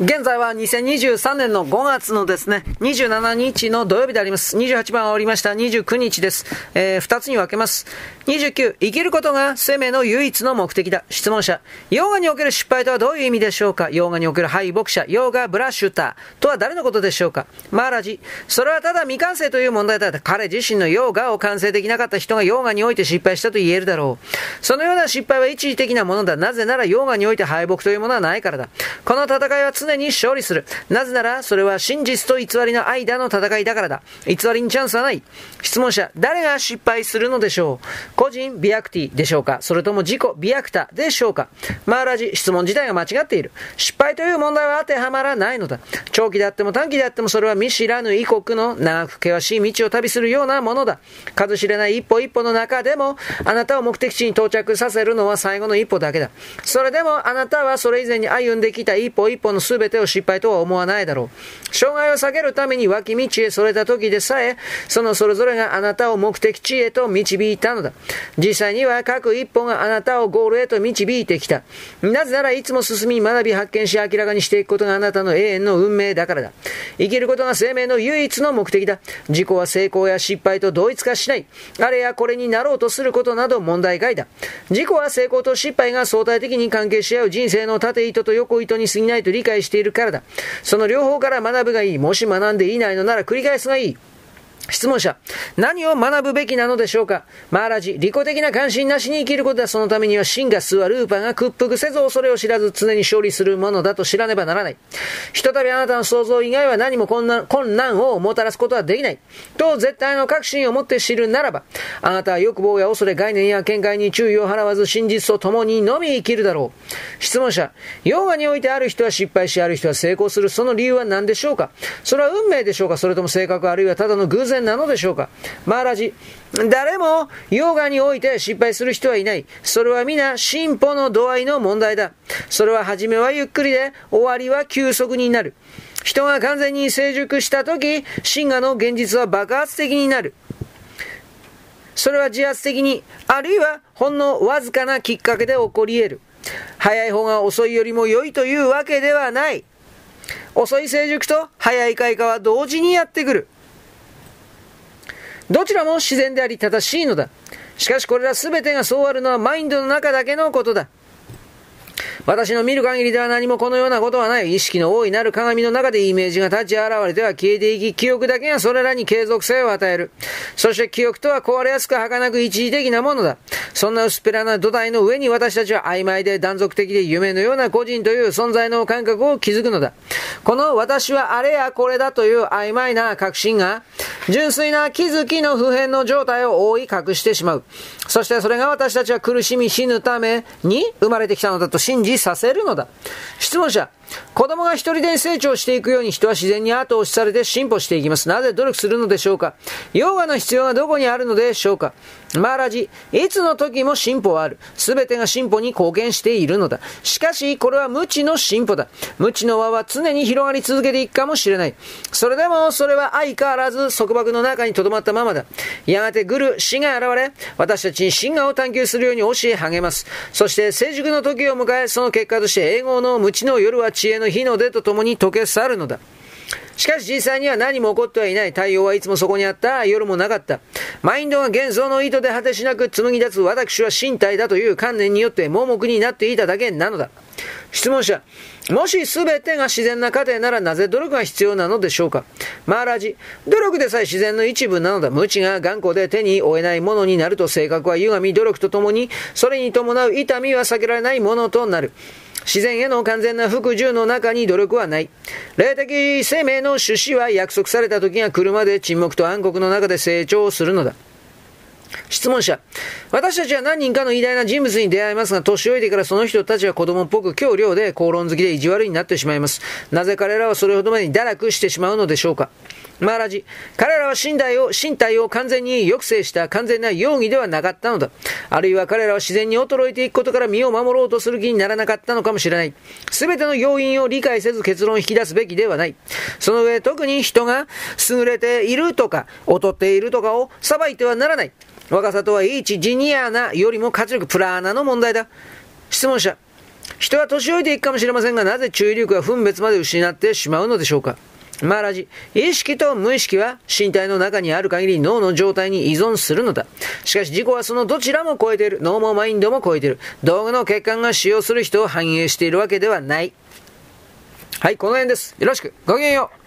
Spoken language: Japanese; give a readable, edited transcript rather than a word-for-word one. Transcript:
現在は2023年の5月のですね、27日の土曜日であります。28番終わりました。29日です。2つに分けます。29、生きることが生命の唯一の目的だ。質問者、ヨガにおける失敗とはどういう意味でしょうか。ヨガにおける敗北者、ヨガブラシュターとは誰のことでしょうか。マーラジ、それはただ未完成という問題だった。彼自身のヨガを完成できなかった人がヨガにおいて失敗したと言えるだろう。そのような失敗は一時的なものだ。なぜならヨガにおいて敗北というものはないからだ。この戦いは常に勝利する。なぜならそれは真実と偽りの間の戦いだからだ。偽りにチャンスはない。質問者、誰が失敗するのでしょう。個人ビアクティでしょうか、それとも自己ビアクタでしょうか。マーラジ、質問自体が間違っている。失敗という問題は当てはまらないのだ。長期であっても短期であってもそれは見知らぬ異国の長く険しい道を旅するようなものだ。数知れない一歩一歩の中でもあなたを目的地に到着させるのは最後の一歩だけだ。それでもあなたはそれ以前に歩んできた一歩一歩の全てを失敗とは思わないだろう。障害を避けるために脇道へそれた時でさえ、そのそれぞれがあなたを目的地へと導いたのだ。実際には各一歩があなたをゴールへと導いてきた。なぜならいつも進み学び発見し明らかにしていくことがあなたの永遠の運命だからだ。生きることが生命の唯一の目的だ。自己は成功や失敗と同一化しない。あれやこれになろうとすることなど問題外だ。自己は成功と失敗が相対的に関係し合う人生の縦糸と横糸に過ぎないと理解しているからだ。その両方から学ぶがいい。もし学んでいないのなら繰り返すがいい。質問者、何を学ぶべきなのでしょうか。マーラジ、利己的な関心なしに生きることだ。そのためには真がスはルーパーが屈服せず恐れを知らず常に勝利するものだと知らねばならない。ひとたびあなたの想像以外は何も困難をもたらすことはできないと絶対の確信を持って知るならば、あなたは欲望や恐れ概念や見解に注意を払わず真実と共にのみ生きるだろう。質問者、ヨガにおいてある人は失敗しある人は成功する。その理由は何でしょうか。それは運命でしょうか、それとも性格あるいはただの偶然なのでしょうか。マーラジ、誰もヨガにおいて失敗する人はいない。それは皆進歩の度合いの問題だ。それは初めはゆっくりで終わりは急速になる。人が完全に成熟したとき、真我の現実は爆発的になる。それは自発的に、あるいはほんのわずかなきっかけで起こり得る。早い方が遅いよりも良いというわけではない。遅い成熟と早い開花は同時にやってくる。どちらも自然であり正しいのだ。しかしこれら全てがそうあるのはマインドの中だけのことだ。私の見る限りでは何もこのようなことはない。意識の大いなる鏡の中でイメージが立ち現れては消えていき、記憶だけがそれらに継続性を与える。そして記憶とは壊れやすく儚く一時的なものだ。そんな薄っぺらな土台の上に私たちは曖昧で断続的で夢のような個人という存在の感覚を築くのだ。この私はあれやこれだという曖昧な確信が純粋な気づきの普遍の状態を覆い隠してしまう。そしてそれが私たちは苦しみ死ぬために生まれてきたのだと信じさせるのだ。質問者、子供が一人で成長していくように人は自然に後押しされて進歩していきます。なぜ努力するのでしょうか。ヨガの必要がどこにあるのでしょうか。マーラジ、いつの時も進歩はある。すべてが進歩に貢献しているのだ。しかしこれは無知の進歩だ。無知の輪は常に広がり続けていくかもしれない。それでもそれは相変わらず束縛の中に留まったままだ。やがてグル、死が現れ、私たちに真我を探求するように教え励ます。そして成熟の時を迎え、その結果として永劫の無知の夜は知恵の日の出とともに溶け去るのだ。しかし実際には何も起こってはいない。太陽はいつもそこにあった。夜もなかった。マインドが幻想の糸で果てしなく紡ぎ出つ私は身体だという観念によって盲目になっていただけなのだ。質問者、もし全てが自然な過程ならなぜ努力が必要なのでしょうか。マーラジ、努力でさえ自然の一部なのだ。無知が頑固で手に負えないものになると性格は歪み、努力とともにそれに伴う痛みは避けられないものとなる。自然への完全な服従の中に努力はない。霊的生命の種子は約束された時が来るまで沈黙と暗黒の中で成長するのだ。質問者、私たちは何人かの偉大な人物に出会いますが、年老いてからその人たちは子供っぽく強量で口論好きで意地悪になってしまいます。なぜ彼らはそれほどまでに堕落してしまうのでしょうか。マーラジ、彼らは身体を完全に抑制した完全な容疑ではなかったのだ。あるいは彼らは自然に衰えていくことから身を守ろうとする気にならなかったのかもしれない。すべての要因を理解せず結論を引き出すべきではない。その上、特に人が優れているとか劣っているとかを裁いてはならない。若さとは一ジニアなよりも活力プラーナの問題だ。質問者、 人は年老いていくかもしれませんが、なぜ注意力が分別まで失ってしまうのでしょうか。マーラジ、意識と無意識は身体の中にある限り脳の状態に依存するのだ。しかし自己はそのどちらも超えている。脳もマインドも超えている。道具の血管が使用する人を反映しているわけではない。はい、この辺です。よろしく。ごきげんよう。